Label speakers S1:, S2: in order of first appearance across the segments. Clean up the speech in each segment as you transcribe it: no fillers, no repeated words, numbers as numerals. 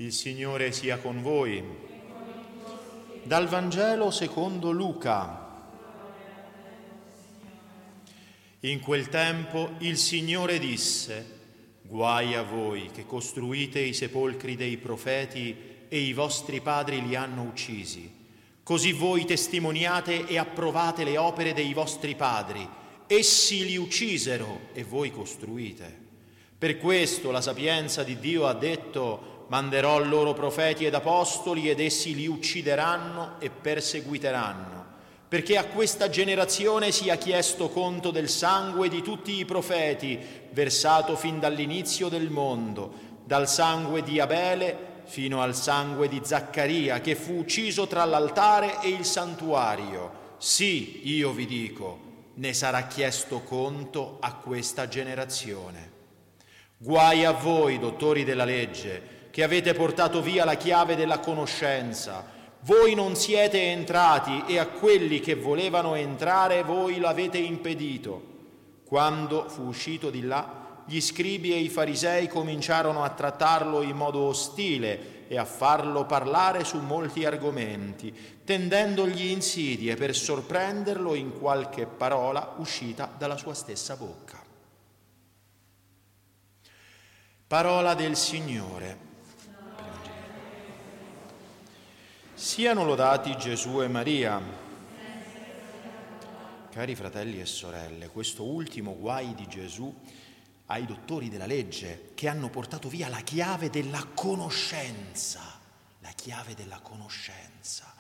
S1: Il Signore sia con voi. Dal Vangelo secondo Luca. In quel tempo il Signore disse: guai a voi che costruite i sepolcri dei profeti e i vostri padri li hanno uccisi. Così voi testimoniate e approvate le opere dei vostri padri. Essi li uccisero e voi costruite. Per questo la sapienza di Dio ha detto: manderò loro profeti ed apostoli ed essi li uccideranno e perseguiteranno, perché a questa generazione sia chiesto conto del sangue di tutti i profeti versato fin dall'inizio del mondo, dal sangue di Abele fino al sangue di Zaccaria, che fu ucciso tra l'altare e il santuario. Sì, io vi dico, ne sarà chiesto conto a questa generazione. Guai a voi, dottori della legge, che avete portato via la chiave della conoscenza. Voi non siete entrati e a quelli che volevano entrare voi l'avete impedito. Quando fu uscito di là, gli scribi e i farisei cominciarono a trattarlo in modo ostile e a farlo parlare su molti argomenti, tendendogli insidie per sorprenderlo in qualche parola uscita dalla sua stessa bocca. Parola del Signore. Siano lodati Gesù e Maria. Cari fratelli e sorelle, questo ultimo guai di Gesù ai dottori della legge che hanno portato via la chiave della conoscenza. La chiave della conoscenza.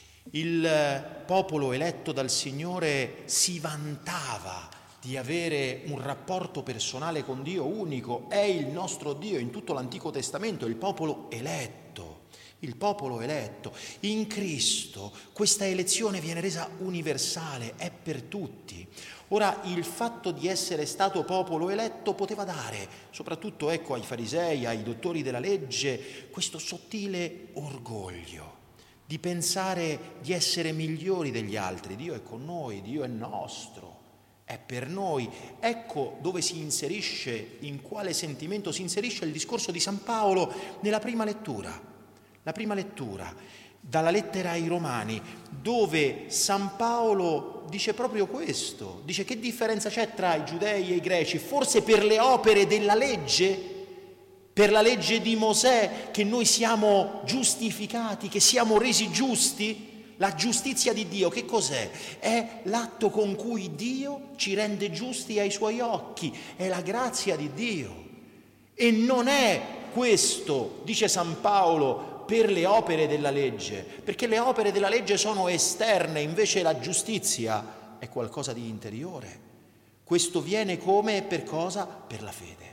S1: Il popolo eletto dal Signore si vantava di avere un rapporto personale con Dio unico. È il nostro Dio in tutto l'Antico Testamento, il popolo eletto. Il popolo eletto. In Cristo questa elezione viene resa universale, è per tutti. Ora, il fatto di essere stato popolo eletto poteva dare, soprattutto ai farisei, ai dottori della legge, questo sottile orgoglio di pensare di essere migliori degli altri. Dio è con noi, Dio è nostro, è per noi. Ecco dove si inserisce, in quale sentimento si inserisce il discorso di San Paolo nella prima lettura. La prima lettura, dalla lettera ai Romani, dove San Paolo dice proprio questo, dice: che differenza c'è tra i giudei e i greci? Forse per le opere della legge, per la legge di Mosè, che noi siamo giustificati, che siamo resi giusti? La giustizia di Dio che cos'è? È l'atto con cui Dio ci rende giusti ai suoi occhi, è la grazia di Dio. E non è questo, dice San Paolo, per le opere della legge, perché le opere della legge sono esterne, invece la giustizia è qualcosa di interiore. Questo viene come? Per cosa? Per la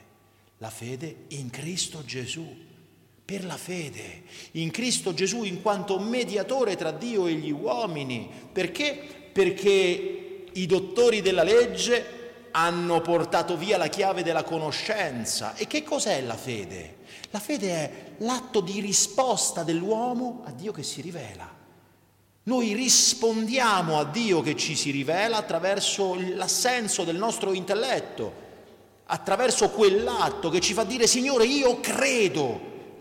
S1: fede in Cristo Gesù, per la fede in Cristo Gesù in quanto mediatore tra Dio e gli uomini. Perché? Perché i dottori della legge hanno portato via la chiave della conoscenza. E che cos'è la fede? La fede è l'atto di risposta dell'uomo a Dio che si rivela. Noi rispondiamo a Dio che ci si rivela attraverso l'assenso del nostro intelletto, attraverso quell'atto che ci fa dire: Signore, io credo.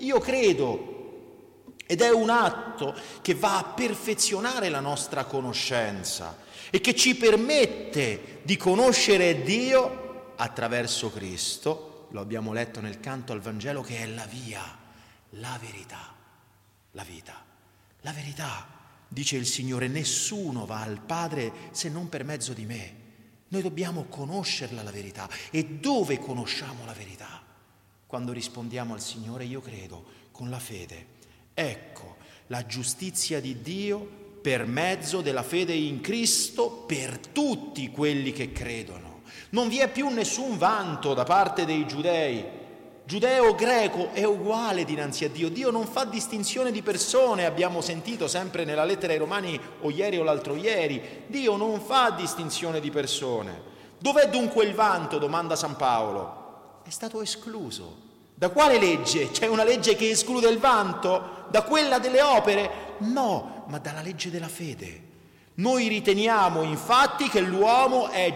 S1: Ed è un atto che va a perfezionare la nostra conoscenza e che ci permette di conoscere Dio attraverso Cristo. Lo abbiamo letto nel canto al Vangelo, che è la via, la verità, la vita. La verità, dice il Signore: nessuno va al Padre se non per mezzo di me. Noi dobbiamo conoscerla la verità. E dove conosciamo la verità? Quando rispondiamo al Signore: io credo, con la fede. Ecco la giustizia di Dio per mezzo della fede in Cristo per tutti quelli che credono. Non vi è più nessun vanto da parte dei giudei. Giudeo o greco è uguale dinanzi a Dio. Dio non fa distinzione di persone, abbiamo sentito sempre nella lettera ai Romani o ieri o l'altro ieri. Dio non fa distinzione di persone. Dov'è dunque il vanto? Domanda San Paolo. È stato escluso. Da quale legge? C'è una legge che esclude il vanto? Da quella delle opere? No, ma dalla legge della fede. Noi riteniamo infatti che l'uomo è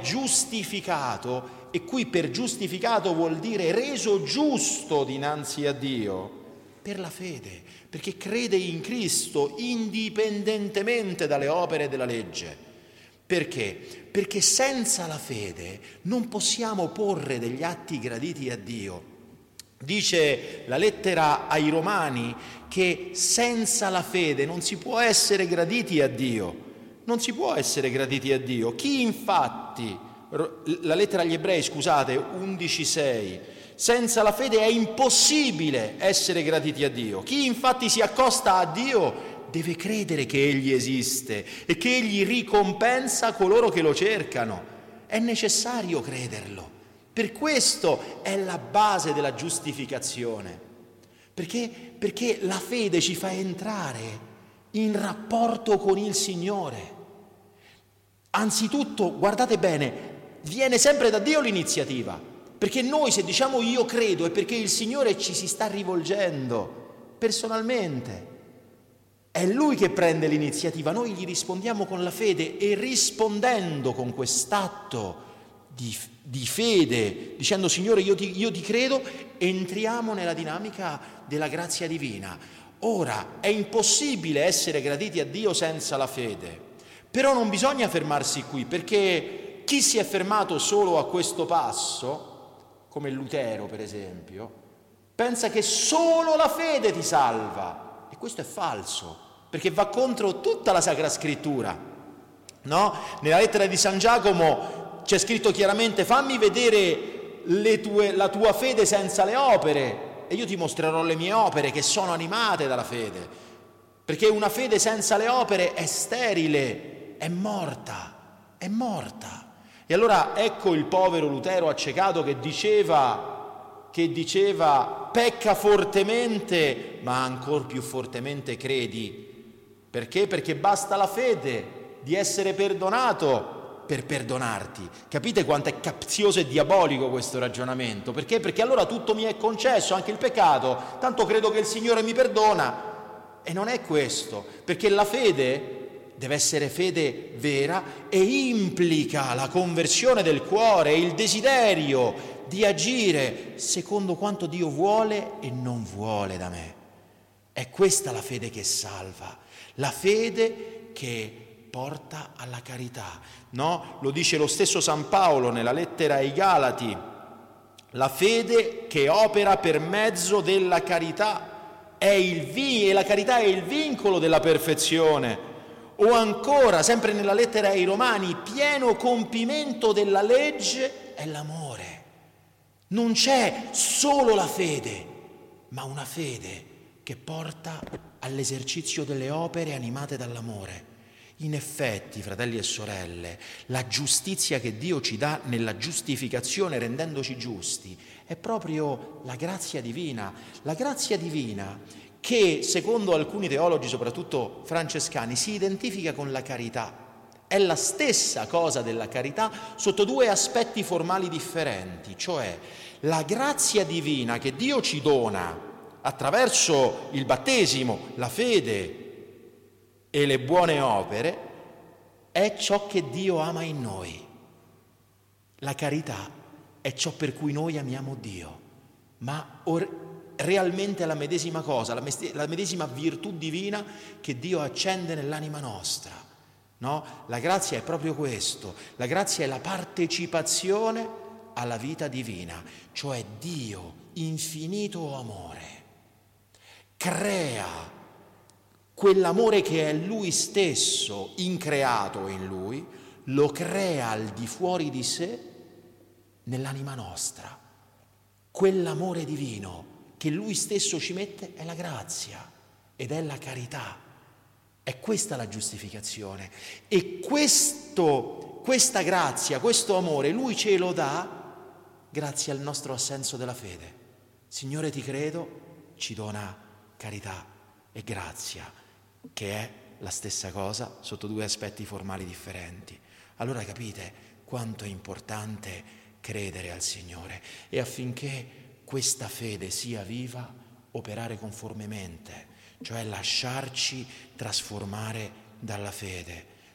S1: giustificato, e qui per giustificato vuol dire reso giusto dinanzi a Dio, Per la fede, perché crede in Cristo indipendentemente dalle opere della legge. Perché? Perché senza la fede non possiamo porre degli atti graditi a Dio. Dice la lettera ai Romani che senza la fede non si può essere graditi a Dio. Non si può essere graditi a Dio. Chi infatti, la lettera agli Ebrei, scusate, 11,6, senza la fede è impossibile essere graditi a Dio. Chi infatti si accosta a Dio deve credere che Egli esiste e che Egli ricompensa coloro che lo cercano. È necessario crederlo. Per questo è la base della giustificazione. Perché la fede ci fa entrare in rapporto con il Signore. Anzitutto, guardate bene, viene sempre da Dio l'iniziativa, perché noi se diciamo io credo è perché il Signore ci si sta rivolgendo personalmente. È Lui che prende l'iniziativa, noi gli rispondiamo con la fede e rispondendo con quest'atto di fede, dicendo Signore io ti credo, entriamo nella dinamica della grazia divina. Ora, è impossibile essere graditi a Dio senza la fede, però non bisogna fermarsi qui, perché chi si è fermato solo a questo passo, come Lutero per esempio, pensa che solo la fede ti salva, e questo è falso, perché va contro tutta la Sacra Scrittura, no? Nella lettera di San Giacomo c'è scritto chiaramente: fammi vedere la tua fede senza le opere, e io ti mostrerò le mie opere che sono animate dalla fede, perché una fede senza le opere è sterile, è morta. E allora ecco il povero Lutero accecato che diceva pecca fortemente, ma ancor più fortemente credi. Perché? Perché basta la fede di essere perdonato per perdonarti. Capite quanto è capzioso e diabolico questo ragionamento? Perché? Perché allora tutto mi è concesso, anche il peccato, tanto credo che il Signore mi perdona. E non è questo, perché la fede deve essere fede vera e implica la conversione del cuore, il desiderio di agire secondo quanto Dio vuole e non vuole da me. È questa la fede che salva, la fede che porta alla carità, no? Lo dice lo stesso San Paolo nella lettera ai Galati: la fede che opera per mezzo della carità e la carità è il vincolo della perfezione. O ancora, sempre nella lettera ai Romani, pieno compimento della legge è l'amore. Non c'è solo la fede, ma una fede che porta all'esercizio delle opere animate dall'amore. In effetti, fratelli e sorelle, la giustizia che Dio ci dà nella giustificazione, rendendoci giusti, è proprio la grazia divina che, secondo alcuni teologi, soprattutto francescani, si identifica con la carità. È la stessa cosa della carità sotto due aspetti formali differenti, cioè la grazia divina che Dio ci dona attraverso il battesimo, la fede e le buone opere, è ciò che Dio ama in noi. La carità è ciò per cui noi amiamo Dio, ma realmente è la medesima cosa, la medesima virtù divina che Dio accende nell'anima nostra, no? La grazia è proprio questo, la grazia è la partecipazione alla vita divina, cioè Dio, infinito amore, crea quell'amore che è Lui stesso, increato in Lui, lo crea al di fuori di sé nell'anima nostra. Quell'amore divino che Lui stesso ci mette è la grazia ed è la carità. È questa la giustificazione. E questa grazia, questo amore, Lui ce lo dà grazie al nostro assenso della fede. Signore, ti credo, ci dona carità e grazia, che è la stessa cosa sotto due aspetti formali differenti. Allora capite quanto è importante credere al Signore e affinché questa fede sia viva, operare conformemente, cioè lasciarci trasformare dalla fede,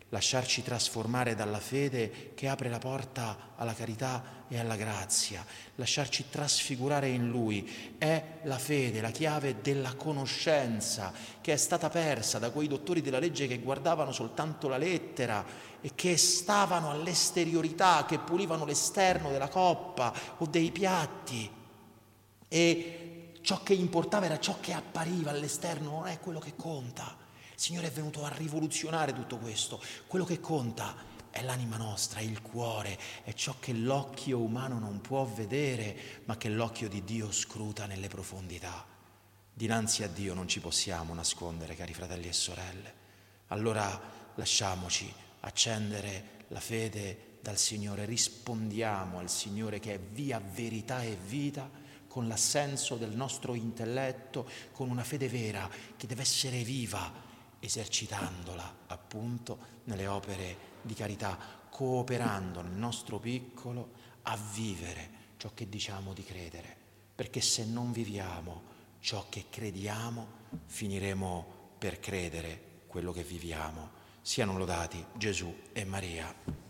S1: lasciarci trasformare dalla fede che apre la porta alla carità e alla grazia, lasciarci trasfigurare in Lui. È la fede, la chiave della conoscenza che è stata persa da quei dottori della legge che guardavano soltanto la lettera e che stavano all'esteriorità, che pulivano l'esterno della coppa o dei piatti. E ciò che importava era ciò che appariva all'esterno, non è quello che conta. Il Signore è venuto a rivoluzionare tutto questo. Quello che conta è l'anima nostra, è il cuore, è ciò che l'occhio umano non può vedere, ma che l'occhio di Dio scruta nelle profondità. Dinanzi a Dio non ci possiamo nascondere, cari fratelli e sorelle. Allora lasciamoci accendere la fede dal Signore, rispondiamo al Signore che è via, verità e vita, con l'assenso del nostro intelletto, con una fede vera che deve essere viva, esercitandola appunto nelle opere di carità, cooperando nel nostro piccolo a vivere ciò che diciamo di credere, perché se non viviamo ciò che crediamo finiremo per credere quello che viviamo. Siano lodati Gesù e Maria.